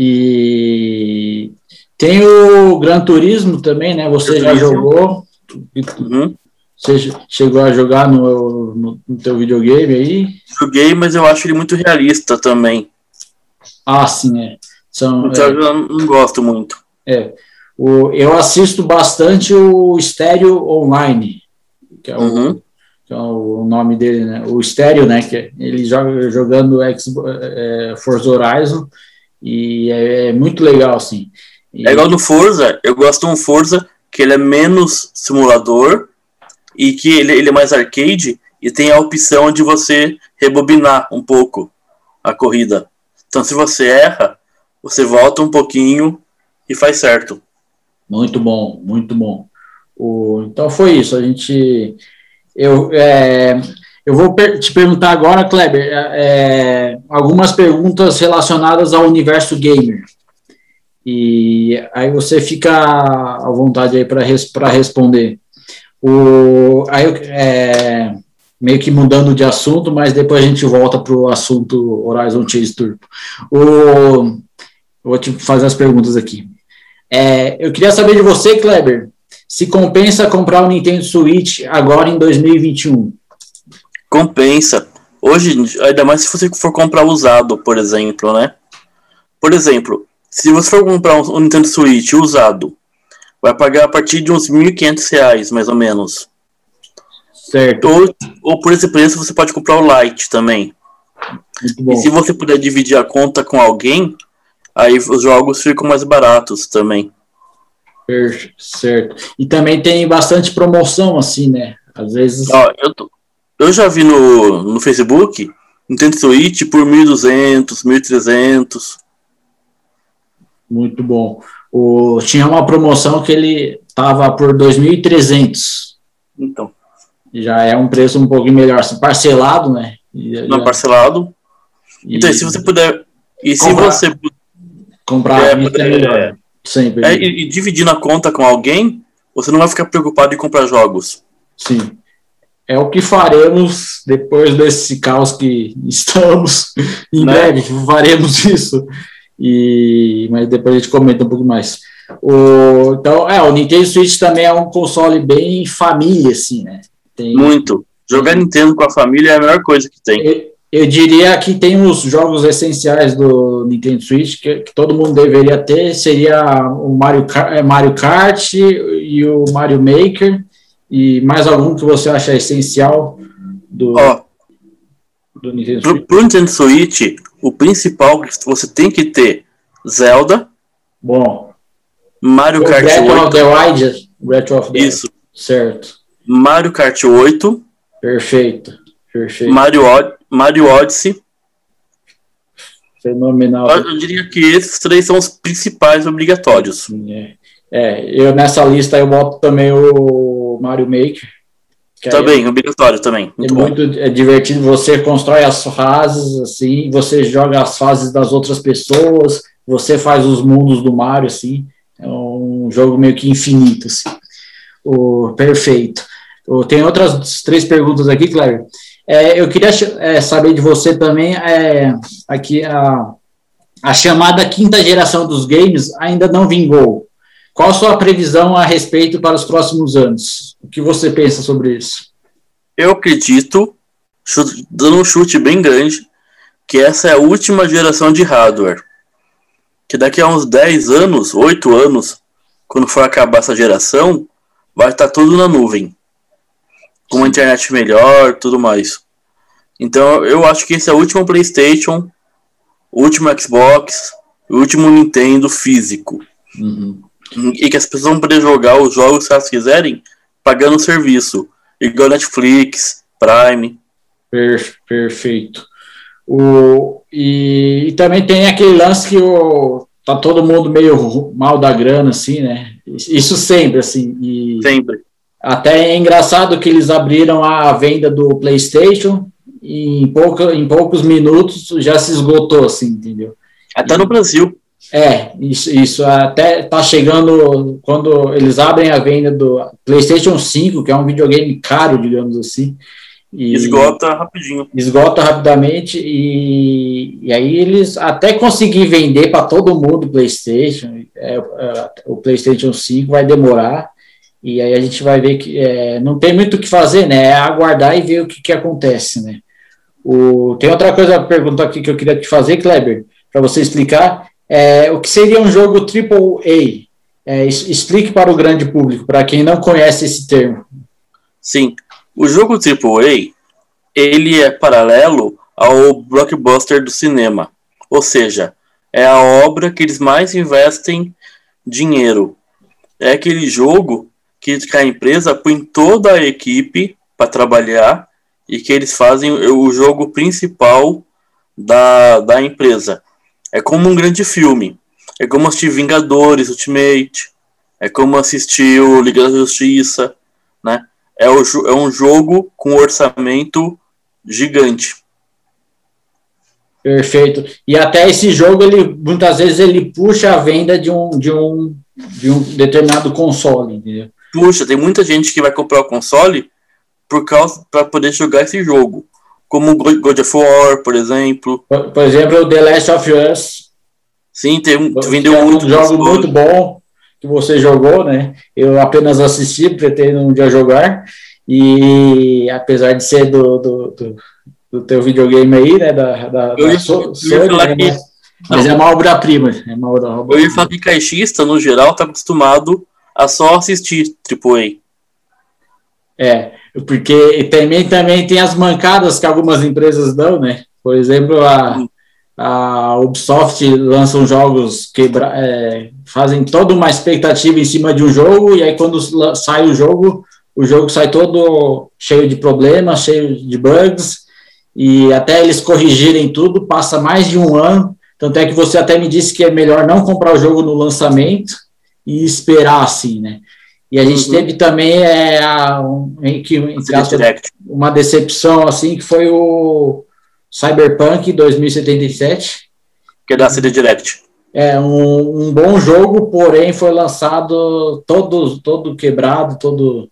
E tem o Gran Turismo também, né? Você já jogou? Uhum. Você chegou a jogar no, no, no teu videogame aí? Joguei, mas eu acho ele muito realista também. Ah, sim, é. São, então é, eu não gosto muito. É. O, eu assisto bastante o Stereo Online, que é o, uhum. então, o nome dele, né? O Stereo, né? Que ele joga jogando Xbox, é, Forza Horizon e é, é muito legal, assim. E... É igual no Forza, eu gosto de um Forza que ele é menos simulador e que ele, ele é mais arcade e tem a opção de você rebobinar um pouco a corrida. Então, se você erra, você volta um pouquinho e faz certo. Muito bom, muito bom. O, então foi isso. A gente, eu, é, eu vou per- te perguntar agora, Kleber, é, algumas perguntas relacionadas ao universo gamer. E aí você fica à vontade aí para res, para responder. O, aí eu, é, meio que mudando de assunto, mas depois a gente volta para o assunto Horizon Chase Turbo. O, eu vou te fazer as perguntas aqui. É, eu queria saber de você, Kleber, se compensa comprar o Nintendo Switch agora em dois mil e vinte e um. Compensa. Hoje, ainda mais se você for comprar usado, por exemplo, né? Por exemplo, se você for comprar um Nintendo Switch usado, vai pagar a partir de uns mil e quinhentos reais, mais ou menos. Certo. Ou, ou por esse preço você pode comprar o Lite também. Muito bom. E se você puder dividir a conta com alguém, aí os jogos ficam mais baratos também. Certo. E também tem bastante promoção, assim, né? Às vezes... Ó, eu, tô, eu já vi no, no Facebook Nintendo Switch por mil e duzentos, mil e trezentos. Muito bom. O, tinha uma promoção que ele tava por dois mil e trezentos. Então. Já é um preço um pouquinho melhor, assim, parcelado, né? E, Não já, parcelado. e, Então, se você puder... E se comprar, você comprar é, à vista é melhor. Sempre. É, e, e dividir na conta com alguém, você não vai ficar preocupado em comprar jogos. Sim. É o que faremos depois desse caos que estamos. Em Né? breve faremos isso. E, mas depois a gente comenta um pouco mais. O, então, é, o Nintendo Switch também é um console bem família, assim, né? Tem, Muito. Jogar tem, Nintendo com a família é a melhor coisa que tem. eu, eu diria que tem os jogos essenciais do Nintendo Switch que, que todo mundo deveria ter, seria o Mario, Mario Kart e o Mario Maker, e mais algum que você acha essencial do, Ó, do Nintendo pro, Switch? pro Nintendo Switch, o principal que você tem que ter Zelda, Bom, Mario o Kart Breath of oito, the Wild, Breath of the isso, certo, Mario Kart oito, perfeito, perfeito, Mario, Od- Mario Odyssey. fenomenal. Eu, eu diria que esses três são os principais obrigatórios. É, é, eu nessa lista eu boto também o Mario Maker. Que Também, é, obrigatório também. Muito é bom. muito é divertido, você constrói as fases, assim, você joga as fases das outras pessoas, você faz os mundos do Mario, assim, é um jogo meio que infinito, assim. O, perfeito. O, tem outras três perguntas aqui, Cléber. É, eu queria é, saber de você também, é, aqui, a, a chamada quinta geração dos games ainda não vingou. Qual a sua previsão a respeito para os próximos anos? O que você pensa sobre isso? Eu acredito, chute, dando um chute bem grande, que essa é a última geração de hardware. Que daqui a uns dez anos, oito anos, quando for acabar essa geração, vai estar tudo na nuvem. Com uma internet melhor, tudo mais. Então eu acho que esse é o último PlayStation, o último Xbox, o último Nintendo físico. Uhum. E que as pessoas vão poder jogar os jogos que elas quiserem pagando o serviço. Igual Netflix, Prime. Per, perfeito. O, e, e também tem aquele lance que o, tá todo mundo meio mal da grana, assim, né? Isso sempre, assim. E Sempre. até é engraçado que eles abriram a venda do PlayStation e em, pouca, em poucos minutos já se esgotou, assim, entendeu? Até e, no Brasil. É, isso, isso até tá chegando quando eles abrem a venda do PlayStation cinco, que é um videogame caro, digamos assim. E esgota rapidinho. Esgota rapidamente e, e aí eles até conseguir vender para todo mundo o PlayStation, é, é, o PlayStation cinco vai demorar e aí a gente vai ver que é, não tem muito o que fazer, né? É aguardar e ver o que, que acontece, né? O, tem outra coisa, pergunta aqui que eu queria te fazer, Kleber, para você explicar. É, o que seria um jogo triplo A? É, explique para o grande público, para quem não conhece esse termo. Sim. O jogo triplo A, ele é paralelo ao blockbuster do cinema. Ou seja, é a obra que eles mais investem dinheiro. É aquele jogo que a empresa põe toda a equipe para trabalhar e que eles fazem o jogo principal da, da empresa. É como um grande filme. É como assistir Vingadores Ultimate. É como assistir o Liga da Justiça, né? É, o, é um jogo com orçamento gigante. Perfeito. E até esse jogo, ele muitas vezes ele puxa a venda de um, de um, de um determinado console, entendeu? Puxa, tem muita gente que vai comprar o console por causa para poder jogar esse jogo. Como God of War, por exemplo. Por, por exemplo, o The Last of Us. Sim, tem, vendeu é muito. Um jogo console. Muito bom que você jogou, né? Eu apenas assisti, pretendo um dia jogar. E apesar de ser do, do, do, do teu videogame aí, né? Da, da, eu ia, da so, eu ia falar né, que, mas, mas é uma obra-prima. É uma obra, obra eu ia falar que caixista, no geral, tá acostumado a só assistir triplo A. É, porque também, também tem as mancadas que algumas empresas dão, né? Por exemplo, a, a Ubisoft lançam jogos que é, fazem toda uma expectativa em cima de um jogo, e aí quando sai o jogo, o jogo sai todo cheio de problemas, cheio de bugs, e até eles corrigirem tudo, passa mais de um ano. Tanto é que você até me disse que é melhor não comprar o jogo no lançamento e esperar assim, né? E a gente uhum. teve também é, a, um, que, uma decepção assim, que foi o Cyberpunk dois mil e setenta e sete. Que é da C D Direct. É um, um bom jogo, porém foi lançado todo, todo quebrado, todo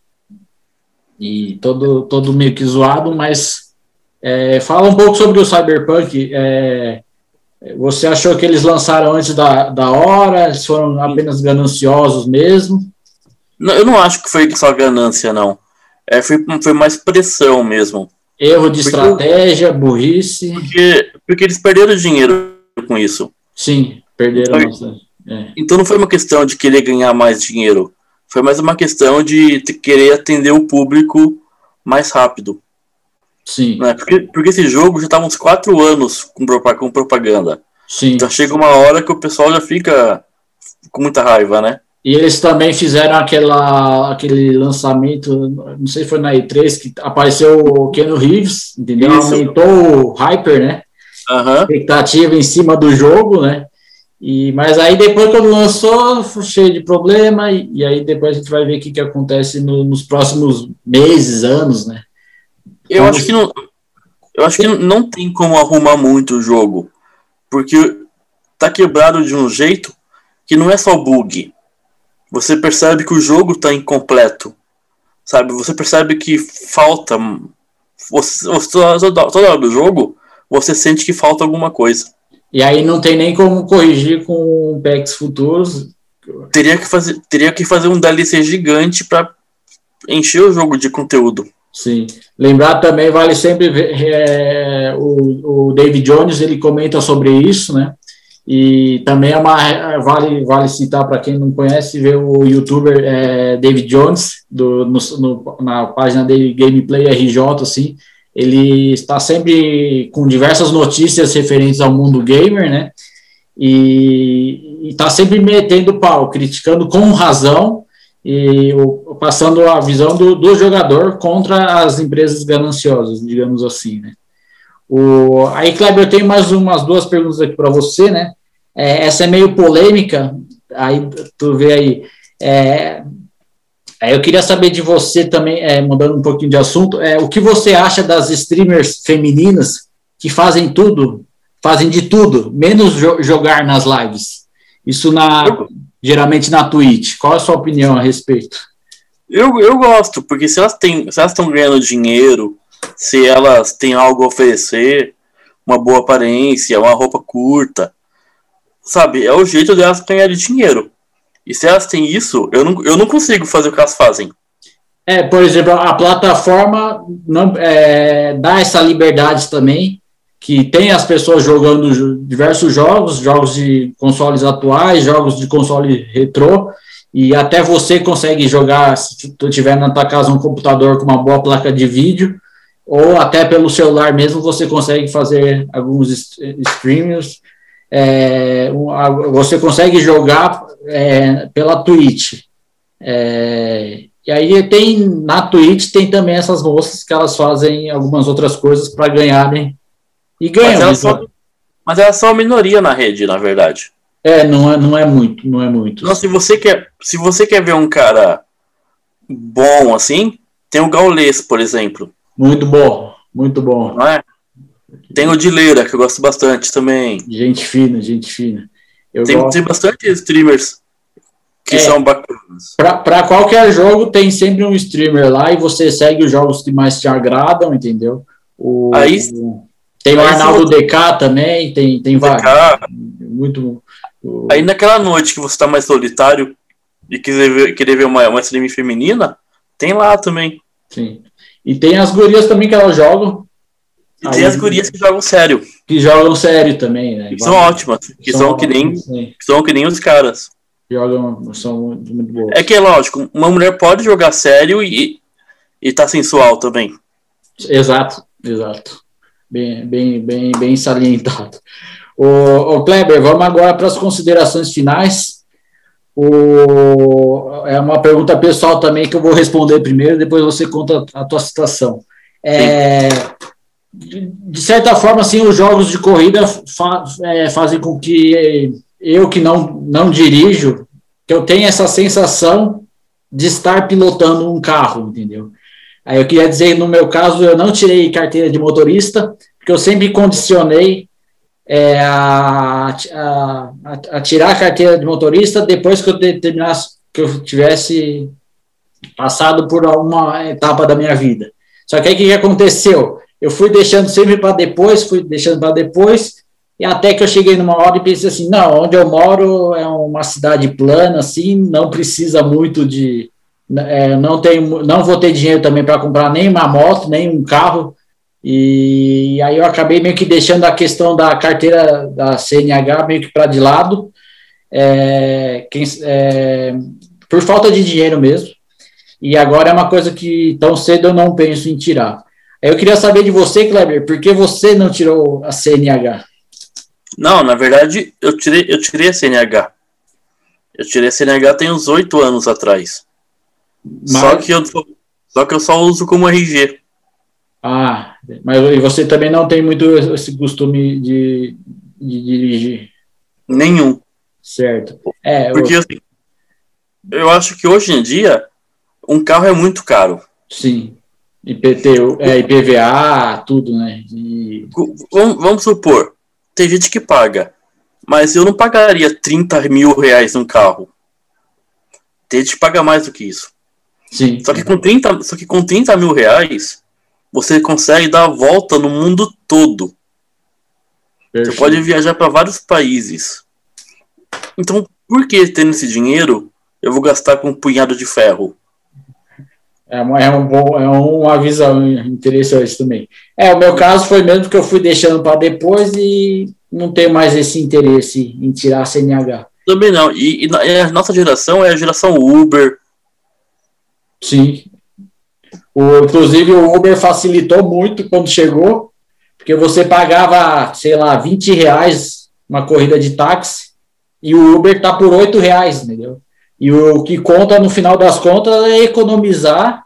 e todo, todo meio que zoado, mas é, fala um pouco sobre o Cyberpunk. É, você achou que eles lançaram antes da, da hora? Eles foram apenas gananciosos mesmo? Não, eu não acho que foi só ganância, não. É, foi, foi mais pressão mesmo. Erro de porque, estratégia, burrice. Porque, porque eles perderam dinheiro com isso. Sim, perderam então, bastante. É. Então não foi uma questão de querer ganhar mais dinheiro. Foi mais uma questão de querer atender o público mais rápido. Sim. Né? Porque, porque esse jogo já estava uns quatro anos com, com propaganda. Sim. Então chega uma hora que o pessoal já fica com muita raiva, né? E eles também fizeram aquela, aquele lançamento, não sei se foi na E três, que apareceu o Keanu Reeves, entendeu? Isso. Aumentou o hyper, né? Uhum. Expectativa em cima do jogo, né? E, mas aí depois quando lançou, foi cheio de problema, e, e aí depois a gente vai ver o que, que acontece no, nos próximos meses, anos, né? Eu acho que não, eu acho que não tem como arrumar muito o jogo, porque tá quebrado de um jeito que não é só bug. Você percebe que o jogo está incompleto, sabe? Você percebe que falta... Você, toda, toda hora do jogo, você sente que falta alguma coisa. E aí não tem nem como corrigir com packs futuros. Teria que fazer, teria que fazer um D L C gigante para encher o jogo de conteúdo. Sim. Lembrar também, vale sempre ver, é, o, o David Jones, ele comenta sobre isso, né? E também é uma, vale, vale citar para quem não conhece, ver o youtuber é, David Jones, do, no, no, na página dele Gameplay R J, assim, ele está sempre com diversas notícias referentes ao mundo gamer, né, e está sempre metendo pau, criticando com razão, e o, passando a visão do, do jogador contra as empresas gananciosas, digamos assim, né. O, aí, Kleber, eu tenho mais umas duas perguntas aqui para você, né? É, essa é meio polêmica, aí tu vê aí. É, eu queria saber de você também, é, mudando um pouquinho de assunto, é, o que você acha das streamers femininas que fazem tudo, fazem de tudo, menos jo- jogar nas lives? Isso na, geralmente na Twitch. Qual a sua opinião a respeito? Eu, eu gosto, porque se elas têm, se elas estão ganhando dinheiro, se elas têm algo a oferecer, uma boa aparência, uma roupa curta, sabe, é o jeito delas ganharem dinheiro. E se elas têm isso, eu não, eu não consigo fazer o que elas fazem. É, por exemplo, a plataforma não, é, dá essa liberdade também, que tem as pessoas jogando diversos jogos, jogos de consoles atuais, jogos de console retrô, e até você consegue jogar, se tu tiver na tua casa um computador com uma boa placa de vídeo, ou até pelo celular mesmo você consegue fazer alguns streamers, é, você consegue jogar é, pela Twitch. É, e aí tem, na Twitch tem também essas moças que elas fazem algumas outras coisas para ganharem, e ganham. Mas elas, são, mas elas são a minoria na rede, na verdade. É, não é, não é muito, não é muito. Não, se você quer, se você quer ver um cara bom assim, tem o Gaules, por exemplo. Muito bom, muito bom. Não é? Tem o Dileira, que eu gosto bastante também. Gente fina, gente fina. Eu tem, gosto. Tem bastante streamers que é, são bacanas. Para qualquer jogo tem sempre um streamer lá e você segue os jogos que mais te agradam, entendeu? O, aí, o, tem o Arnaldo D K também, tem, tem vários. Muito. O... Aí naquela noite que você tá mais solitário e quiser ver, querer ver uma, uma stream feminina, tem lá também. Sim. E tem as gurias também que elas jogam. E tem as gurias que jogam sério. Que jogam sério também, né? Que são ótimas. Que são, são, que nem, que são que nem os caras. Jogam, são muito, muito boas. É que é lógico, uma mulher pode jogar sério e, e tá sensual também. Exato, exato. Bem, bem, bem, bem salientado. O, o Kleber, vamos agora para as considerações finais. O, é uma pergunta pessoal também que eu vou responder primeiro, depois você conta a tua situação. É, de, de certa forma, assim, os jogos de corrida fa, é, fazem com que eu, que não, não dirijo, que eu tenha essa sensação de estar pilotando um carro, entendeu? Aí eu queria dizer, no meu caso, eu não tirei carteira de motorista, porque eu sempre condicionei É, a, a, a tirar a carteira de motorista depois que eu determinasse que eu tivesse passado por alguma etapa da minha vida. Só que aí o que aconteceu? Eu fui deixando sempre para depois, fui deixando para depois, e até que eu cheguei numa hora e pensei assim, não, onde eu moro é uma cidade plana, assim, não precisa muito de... É, não, tenho, não vou ter dinheiro também para comprar nem uma moto, nem um carro. E aí eu acabei meio que deixando a questão da carteira da C N H meio que para de lado, é, quem, é, por falta de dinheiro mesmo, e agora é uma coisa que tão cedo eu não penso em tirar. Eu queria saber de você, Kleber, por que você não tirou a C N H? Não, na verdade, eu tirei, eu tirei a C N H. Eu tirei a C N H tem uns oito anos atrás. Mas... Só, que eu, só que eu só uso como R G. Ah, mas e você também não tem muito esse costume de, de dirigir? Nenhum. Certo. É, Porque eu... assim, eu acho que hoje em dia um carro é muito caro. Sim. I P T U, é, I P V A, tudo, né? E... Vamos, vamos supor, tem gente que paga, mas eu não pagaria trinta mil reais num carro. Tem gente que paga mais do que isso. Sim. Só que com trinta, só que com trinta mil reais você consegue dar a volta no mundo todo. Perfeito. Você pode viajar para vários países. Então, por que tendo esse dinheiro eu vou gastar com um punhado de ferro? É uma, é, um bom, é uma visão interessante também. É, o meu caso foi mesmo que eu fui deixando para depois e não tenho mais esse interesse em tirar a C N H. Também não. E, e a nossa geração é a geração Uber. Sim. O, inclusive o Uber facilitou muito quando chegou, porque você pagava, sei lá, vinte reais uma corrida de táxi e o Uber tá por oito reais, entendeu? E o que conta no final das contas é economizar,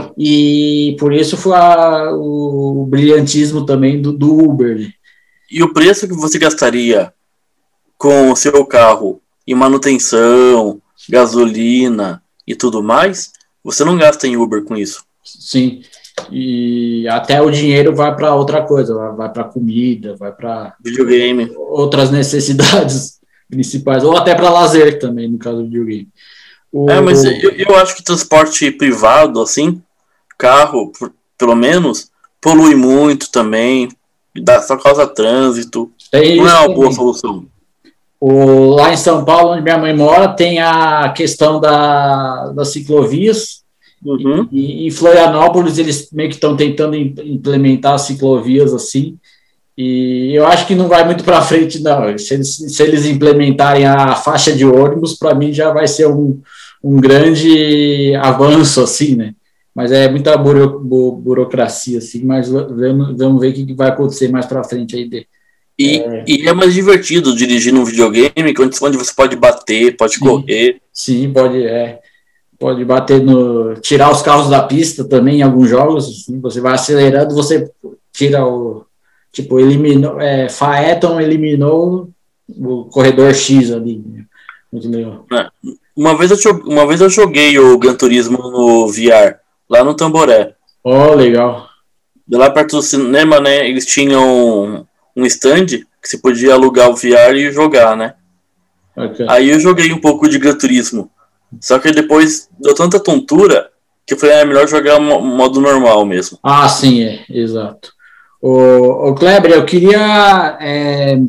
e por isso foi a, o, o brilhantismo também do, do Uber. Né? E o preço que você gastaria com o seu carro em manutenção, gasolina e tudo mais, você não gasta em Uber com isso. Sim, e até o dinheiro vai para outra coisa, vai para comida, vai para videogame, outras necessidades principais, ou até para lazer também, no caso do videogame. O... É, mas eu, eu acho que transporte privado, assim, carro, por, pelo menos, polui muito também, dá, só causa trânsito, tem não é uma também. boa solução. O, lá em São Paulo, onde minha mãe mora, tem a questão da, das ciclovias. Uhum. E em Florianópolis eles meio que estão tentando implementar ciclovias assim, e eu acho que não vai muito para frente não. Se eles, se eles implementarem a faixa de ônibus, para mim já vai ser um, um grande avanço, assim, né? Mas é muita buro, bu, burocracia, assim, mas vamos, vamos ver o que vai acontecer mais para frente aí. De, e, é... e é mais divertido dirigir num videogame, onde você pode bater, pode sim, correr. Sim, pode, é, pode bater no... tirar os carros da pista também em alguns jogos, assim, você vai acelerando, você tira o... tipo, eliminou... É, Phaeton eliminou o corredor X ali. Muito legal. É. Uma vez, eu joguei, uma vez eu joguei o Gran Turismo no V R, lá no Tamboré. Oh, legal. De lá perto do cinema, né, eles tinham um stand que você podia alugar o V R e jogar, né? Okay. Aí eu joguei um pouco de Gran Turismo. Só que depois deu tanta tontura que eu falei, ah, é melhor jogar modo normal mesmo. Ah, sim, é, exato. O, o Kleber, eu queria é,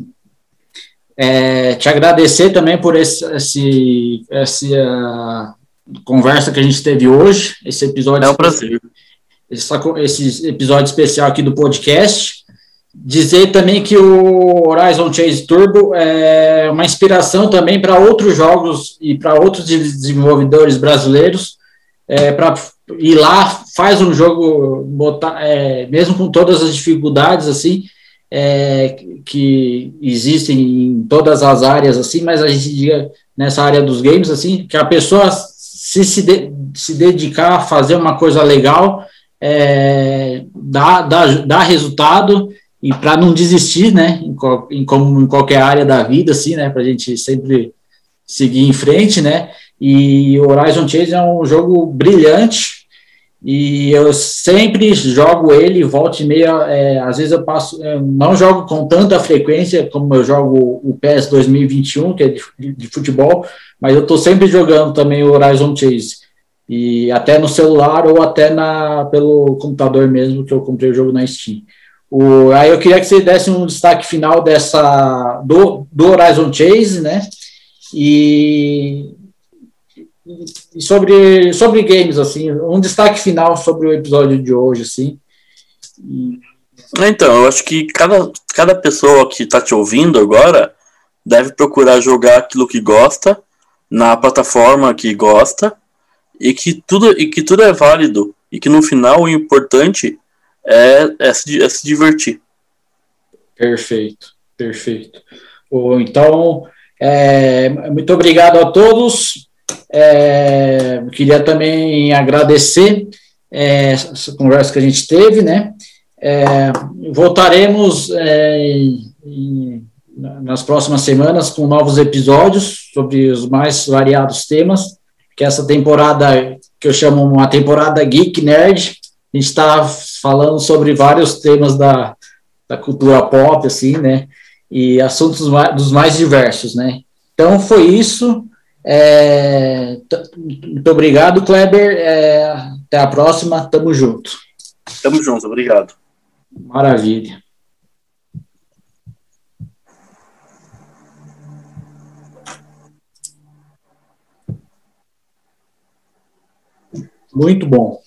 é, te agradecer também por esse, esse, essa conversa que a gente teve hoje, esse episódio. É um prazer. Esse, esse episódio especial aqui do podcast. Dizer também que o Horizon Chase Turbo é uma inspiração também para outros jogos e para outros desenvolvedores brasileiros, é, para ir lá, faz um jogo, botar, é, mesmo com todas as dificuldades assim, é, que existem em todas as áreas, assim, mas a gente diga nessa área dos games, assim, que a pessoa se, se, de, se dedicar a fazer uma coisa legal, é, dá, dá, dá resultado. E para não desistir, né, em, em, como em qualquer área da vida, assim, né, para a gente sempre seguir em frente, né, e o Horizon Chase é um jogo brilhante, e eu sempre jogo ele, volta e meia, é, às vezes eu passo, eu não jogo com tanta frequência como eu jogo o P E S dois mil e vinte e um, que é de, de, de futebol, mas eu estou sempre jogando também o Horizon Chase, e até no celular ou até na, pelo computador mesmo, que eu comprei o jogo na Steam. O, aí eu queria que você desse um destaque final dessa do, do Horizon Chase, né? E, e sobre, sobre games, assim, um destaque final sobre o episódio de hoje, assim. E... Então, eu acho que cada, cada pessoa que está te ouvindo agora deve procurar jogar aquilo que gosta, na plataforma que gosta, e que tudo, e que tudo é válido, e que no final o importante É, é, se, é se divertir. Perfeito, perfeito. Então, é, muito obrigado a todos. É, queria também agradecer é, essa conversa que a gente teve, né? É, voltaremos é, em, nas próximas semanas com novos episódios sobre os mais variados temas, que essa temporada, que eu chamo uma temporada Geek Nerd, a gente está falando sobre vários temas da, da cultura pop, assim, né, e assuntos mais, dos mais diversos, né. Então, foi isso. É, muito obrigado, Kleber. É, até a próxima. Tamo junto. Tamo junto, obrigado. Maravilha. Muito bom.